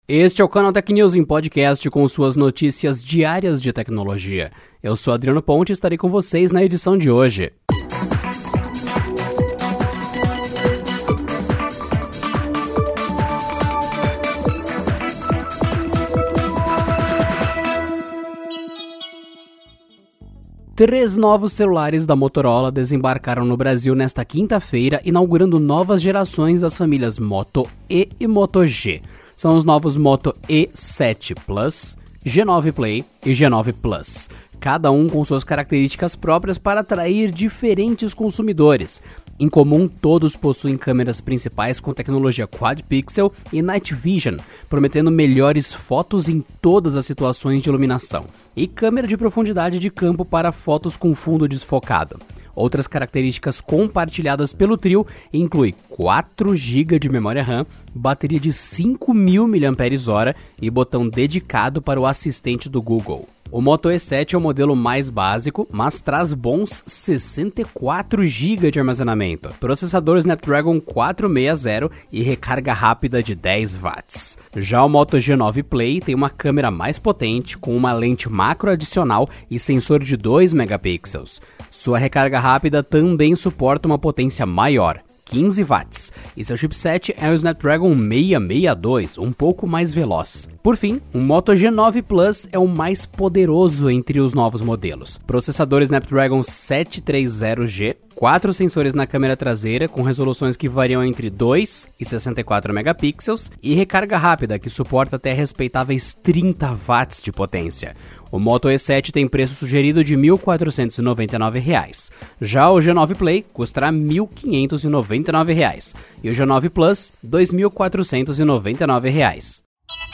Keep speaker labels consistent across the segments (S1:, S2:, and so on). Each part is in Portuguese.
S1: Este é o canal Tech News em podcast com suas notícias diárias de tecnologia. Eu sou Adriano Ponte e estarei com vocês na edição de hoje. Três novos celulares da Motorola desembarcaram no Brasil nesta quinta-feira, inaugurando novas gerações das famílias Moto E e Moto G. São os novos Moto E7 Plus, G9 Play e G9 Plus, cada um com suas características próprias para atrair diferentes consumidores. Em comum, todos possuem câmeras principais com tecnologia Quad Pixel e Night Vision, prometendo melhores fotos em todas as situações de iluminação, e câmera de profundidade de campo para fotos com fundo desfocado. Outras características compartilhadas pelo trio incluem 4 GB de memória RAM, bateria de 5.000 mAh e botão dedicado para o assistente do Google. O Moto E7 é o modelo mais básico, mas traz bons 64 GB de armazenamento, processador Snapdragon 460 e recarga rápida de 10 watts. Já o Moto G9 Play tem uma câmera mais potente, com uma lente macro adicional e sensor de 2 megapixels. Sua recarga rápida também suporta uma potência maior, 15 watts, e seu chipset é o Snapdragon 662, um pouco mais veloz. Por fim, o Moto G9 Plus é o mais poderoso entre os novos modelos. Processador Snapdragon 730G, 4 sensores na câmera traseira com resoluções que variam entre 2 e 64 megapixels e recarga rápida que suporta até respeitáveis 30 watts de potência. O Moto E7 tem preço sugerido de R$ 1.499. Já o G9 Play custará R$ 1.599 e o G9 Plus R$ 2.499.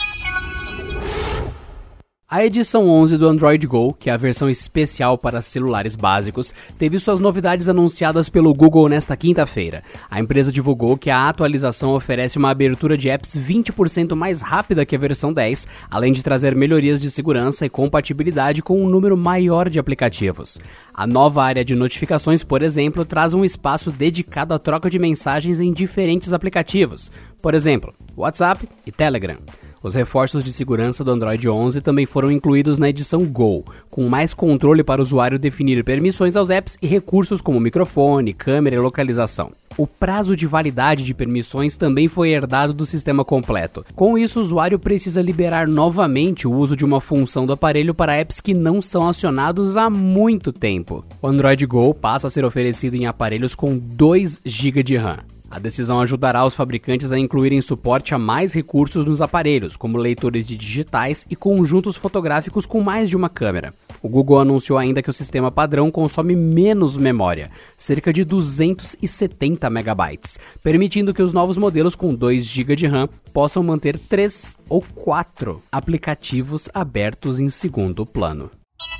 S1: A edição 11 do Android Go, que é a versão especial para celulares básicos, teve suas novidades anunciadas pelo Google nesta quinta-feira. A empresa divulgou que a atualização oferece uma abertura de apps 20% mais rápida que a versão 10, além de trazer melhorias de segurança e compatibilidade com um número maior de aplicativos. A nova área de notificações, por exemplo, traz um espaço dedicado à troca de mensagens em diferentes aplicativos, por exemplo, WhatsApp e Telegram. Os reforços de segurança do Android 11 também foram incluídos na edição Go, com mais controle para o usuário definir permissões aos apps e recursos como microfone, câmera e localização. O prazo de validade de permissões também foi herdado do sistema completo. Com isso, o usuário precisa liberar novamente o uso de uma função do aparelho para apps que não são acionados há muito tempo. O Android Go passa a ser oferecido em aparelhos com 2 GB de RAM. A decisão ajudará os fabricantes a incluírem suporte a mais recursos nos aparelhos, como leitores de digitais e conjuntos fotográficos com mais de uma câmera. O Google anunciou ainda que o sistema padrão consome menos memória, cerca de 270 megabytes, permitindo que os novos modelos com 2 GB de RAM possam manter 3 ou 4 aplicativos abertos em segundo plano.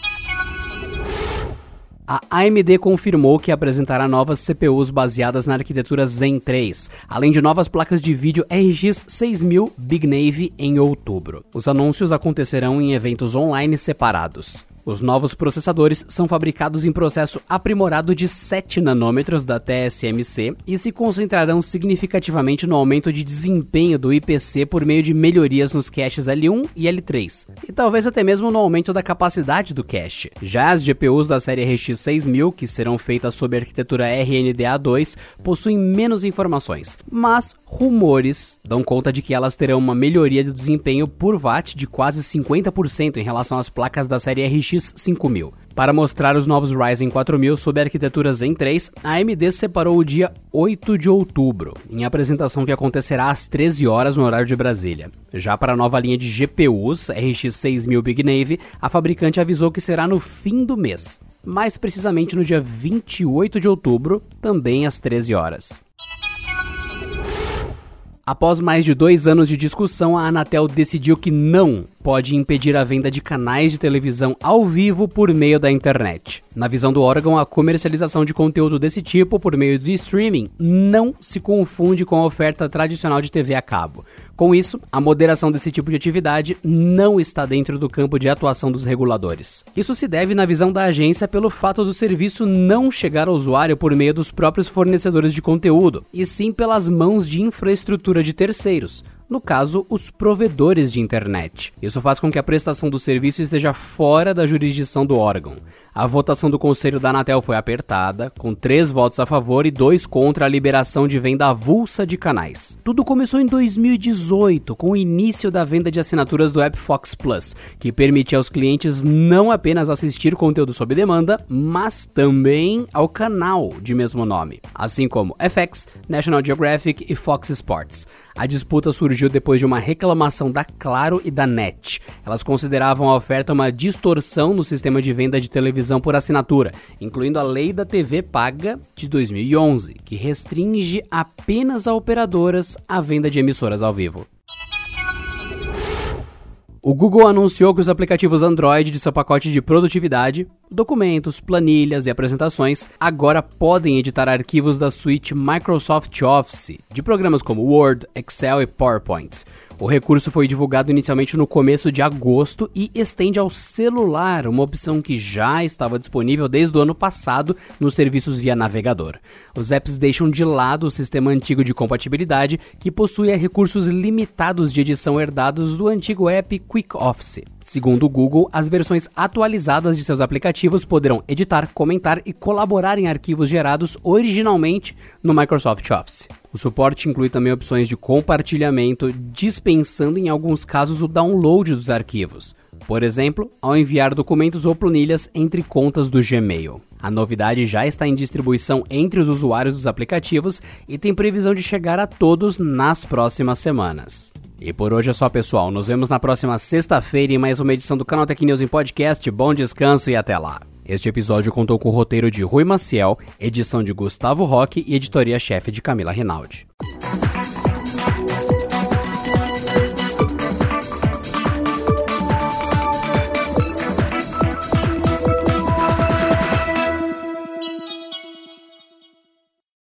S1: A AMD confirmou que apresentará novas CPUs baseadas na arquitetura Zen 3, além de novas placas de vídeo RX 6000 Big Navy em outubro. Os anúncios acontecerão em eventos online separados. Os novos processadores são fabricados em processo aprimorado de 7 nanômetros da TSMC e se concentrarão significativamente no aumento de desempenho do IPC por meio de melhorias nos caches L1 e L3, e talvez até mesmo no aumento da capacidade do cache. Já as GPUs da série RX 6000, que serão feitas sob a arquitetura RNDA2, possuem menos informações, mas rumores dão conta de que elas terão uma melhoria do desempenho por watt de quase 50% em relação às placas da série RX 5000. Para mostrar os novos Ryzen 4000 sob a arquitetura Zen 3, a AMD separou o dia 8 de outubro, em apresentação que acontecerá às 13 horas no horário de Brasília. Já para a nova linha de GPUs, RX 6000 Big Navy, a fabricante avisou que será no fim do mês, mais precisamente no dia 28 de outubro, também às 13 horas. Após mais de 2 anos de discussão, a Anatel decidiu que não pode impedir a venda de canais de televisão ao vivo por meio da internet. Na visão do órgão, a comercialização de conteúdo desse tipo por meio do streaming não se confunde com a oferta tradicional de TV a cabo. Com isso, a moderação desse tipo de atividade não está dentro do campo de atuação dos reguladores. Isso se deve, na visão da agência, pelo fato do serviço não chegar ao usuário por meio dos próprios fornecedores de conteúdo, e sim pelas mãos de infraestrutura de terceiros, no caso, os provedores de internet. Isso faz com que a prestação do serviço esteja fora da jurisdição do órgão. A votação do Conselho da Anatel foi apertada, com 3 votos a favor e 2 contra a liberação de venda avulsa de canais. Tudo começou em 2018, com o início da venda de assinaturas do app Fox Plus, que permitia aos clientes não apenas assistir conteúdo sob demanda, mas também ao canal de mesmo nome, assim como FX, National Geographic e Fox Sports. A disputa surgiu depois de uma reclamação da Claro e da NET. Elas consideravam a oferta uma distorção no sistema de venda de televisão por assinatura, incluindo a Lei da TV Paga de 2011, que restringe apenas a operadoras a venda de emissoras ao vivo. O Google anunciou que os aplicativos Android de seu pacote de produtividade, documentos, planilhas e apresentações agora podem editar arquivos da suíte Microsoft Office, de programas como Word, Excel e PowerPoint. O recurso foi divulgado inicialmente no começo de agosto e estende ao celular, uma opção que já estava disponível desde o ano passado nos serviços via navegador. Os apps deixam de lado o sistema antigo de compatibilidade, que possui recursos limitados de edição herdados do antigo app Quick Office. Segundo o Google, as versões atualizadas de seus aplicativos poderão editar, comentar e colaborar em arquivos gerados originalmente no Microsoft Office. O suporte inclui também opções de compartilhamento, dispensando em alguns casos o download dos arquivos. Por exemplo, ao enviar documentos ou planilhas entre contas do Gmail. A novidade já está em distribuição entre os usuários dos aplicativos e tem previsão de chegar a todos nas próximas semanas. E por hoje é só, pessoal. Nos vemos na próxima sexta-feira em mais uma edição do Canal Tech News em podcast. Bom descanso e até lá. Este episódio contou com o roteiro de Rui Maciel, edição de Gustavo Roque e editoria-chefe de Camila Rinaldi.